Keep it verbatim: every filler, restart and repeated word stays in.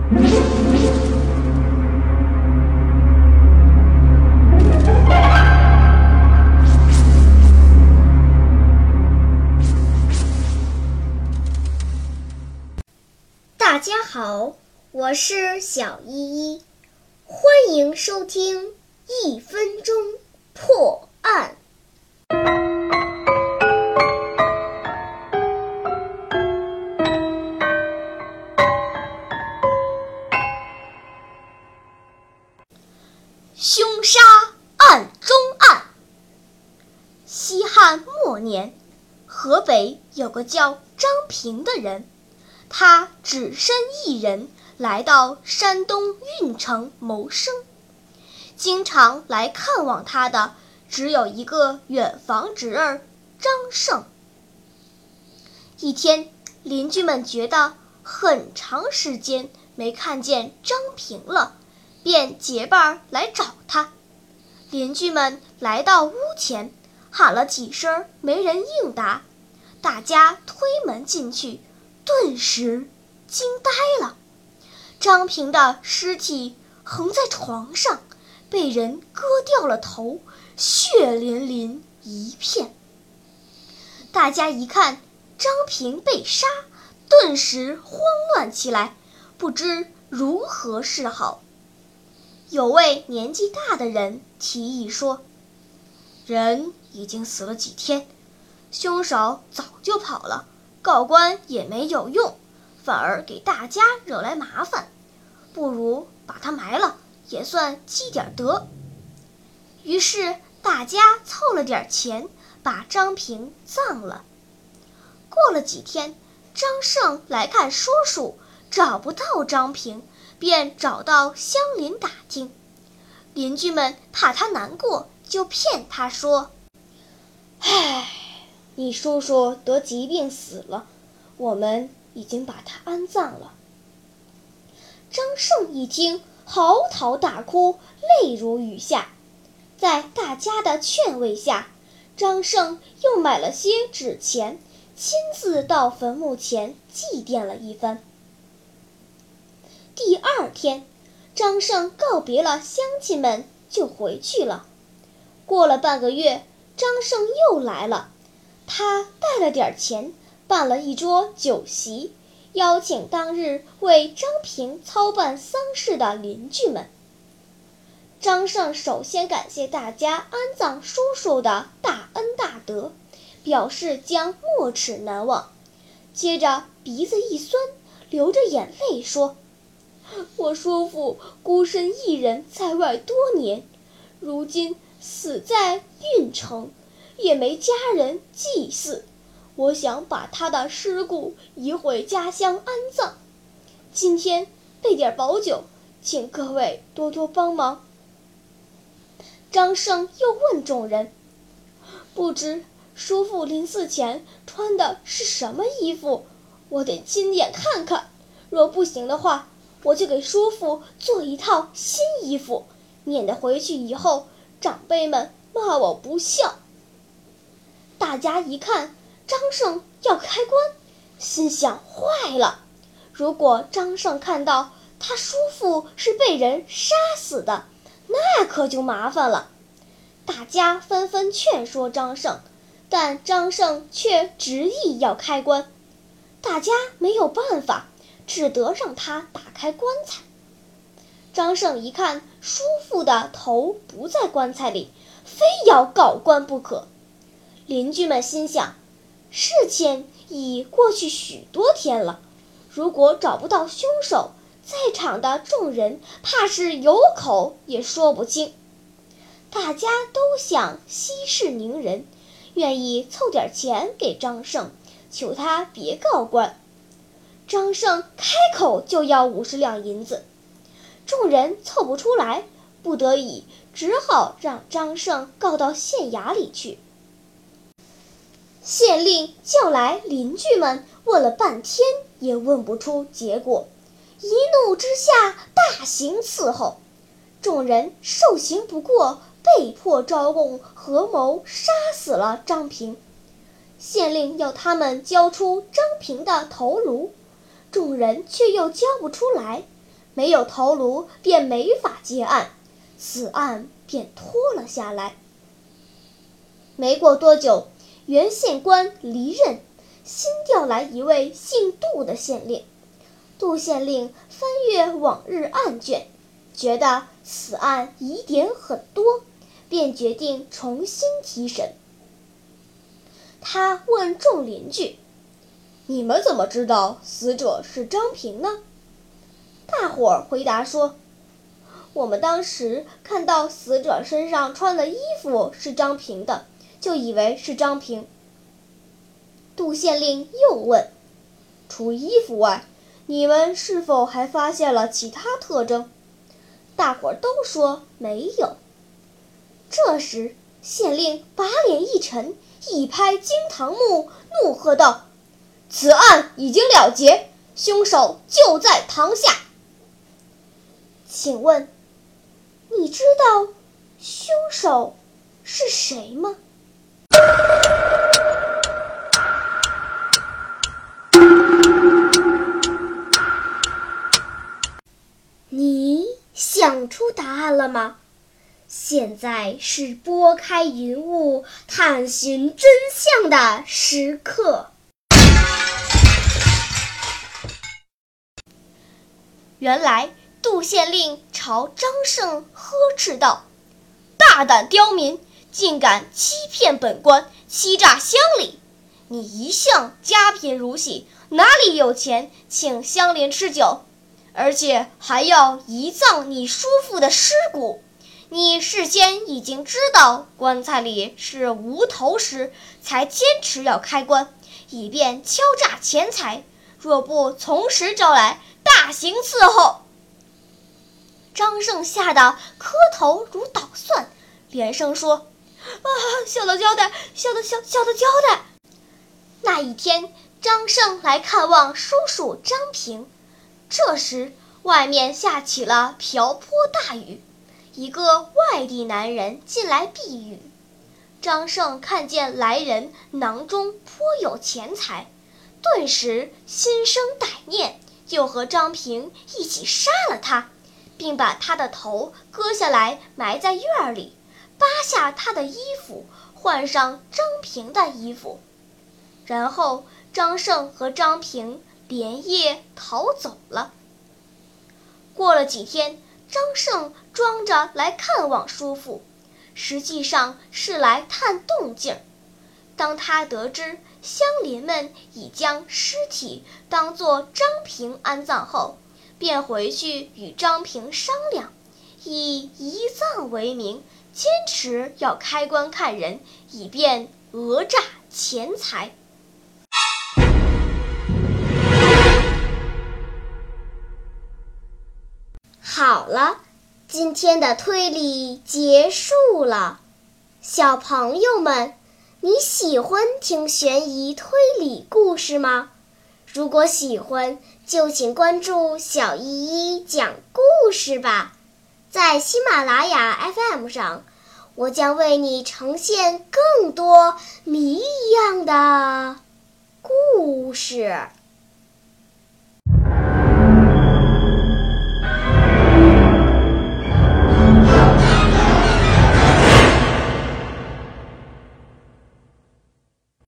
大家好，我是小依依，欢迎收听一分钟破案。凶杀案中案。西汉末年，河北有个叫张平的人，他只身一人来到山东运城谋生，经常来看望他的只有一个远房侄儿张胜。一天，邻居们觉得很长时间没看见张平了，便结伴来找他。邻居们来到屋前，喊了几声没人应答，大家推门进去，顿时惊呆了。张平的尸体横在床上，被人割掉了头，血淋淋一片。大家一看张平被杀，顿时慌乱起来，不知如何是好。有位年纪大的人提议说，人已经死了几天，凶手早就跑了，告官也没有用，反而给大家惹来麻烦，不如把他埋了，也算积点德。于是大家凑了点钱，把张平葬了。过了几天，张胜来看叔叔，找不到张平，便找到乡邻打听。邻居们怕他难过，就骗他说，唉，你叔叔得疾病死了，我们已经把他安葬了。张胜一听，嚎啕大哭，泪如雨下。在大家的劝慰下，张胜又买了些纸钱，亲自到坟墓前祭奠了一番。第二天，张胜告别了乡亲们，就回去了。过了半个月，张胜又来了，他带了点钱，办了一桌酒席，邀请当日为张平操办丧事的邻居们。张胜首先感谢大家安葬叔叔的大恩大德，表示将没齿难忘。接着鼻子一酸，流着眼泪说，我叔父孤身一人在外多年，如今死在运城，也没家人祭祀，我想把他的尸骨移回家乡安葬。今天备点宝酒，请各位多多帮忙。张胜又问众人，不知叔父临死前穿的是什么衣服？我得亲眼看看，若不行的话，我就给叔父做一套新衣服，免得回去以后长辈们骂我不孝。大家一看张胜要开棺，心想坏了，如果张胜看到他叔父是被人杀死的，那可就麻烦了。大家纷纷劝说张胜，但张胜却执意要开棺。大家没有办法，只得让他打开棺材。张胜一看叔父的头不在棺材里，非要告棺不可。邻居们心想，事情已过去许多天了，如果找不到凶手，在场的众人怕是有口也说不清。大家都想息事宁人，愿意凑点钱给张胜，求他别告官。张胜开口就要五十两银子，众人凑不出来，不得已只好让张胜告到县衙里去。县令叫来邻居们，问了半天也问不出结果，一怒之下大刑伺候。众人受刑不过，被迫招供合谋杀死了张平。县令要他们交出张平的头颅，众人却又交不出来， 没有头颅便没法结案，此案便拖了下来。没过多久，原县官离任，新调来一位姓杜的县令。杜县令翻阅往日案卷，觉得此案疑点很多，便决定重新提审。他问众邻居：“你们怎么知道死者是张平呢？”大伙儿回答说：“我们当时看到死者身上穿的衣服是张平的，就以为是张平。”杜县令又问：“除衣服外，你们是否还发现了其他特征？”大伙儿都说没有。这时，县令把脸一沉，一拍惊堂木，怒喝道：“此案已经了结，凶手就在堂下。”请问，你知道凶手是谁吗？你想出答案了吗？现在是拨开云雾探寻真相的时刻。原来杜县令朝张胜呵斥道：“大胆刁民，竟敢欺骗本官，欺诈乡里！你一向家贫如洗，哪里有钱请乡邻吃酒？而且还要移葬你叔父的尸骨。你事先已经知道棺材里是无头时，才坚持要开棺，以便敲诈钱财。若不从实招来，大刑伺候！”张胜吓得磕头如捣蒜，连声说：“啊，小的交代，小的小小的交代。”那一天，张胜来看望叔叔张平，这时外面下起了瓢泼大雨，一个外地男人进来避雨。张胜看见来人囊中颇有钱财，顿时心生歹念，就和张平一起杀了他，并把他的头割下来埋在院里，扒下他的衣服，换上张平的衣服。然后张胜和张平连夜逃走了。过了几天，张胜装着来看望叔父，实际上是来探动静。当他得知乡邻们已将尸体当作张平安葬后，便回去与张平商量，以移葬为名，坚持要开棺看人，以便讹诈钱财。好了，今天的推理结束了。小朋友们，你喜欢听悬疑推理故事吗？如果喜欢，就请关注小依依讲故事吧。在喜马拉雅 F M 上，我将为你呈现更多谜一样的故事。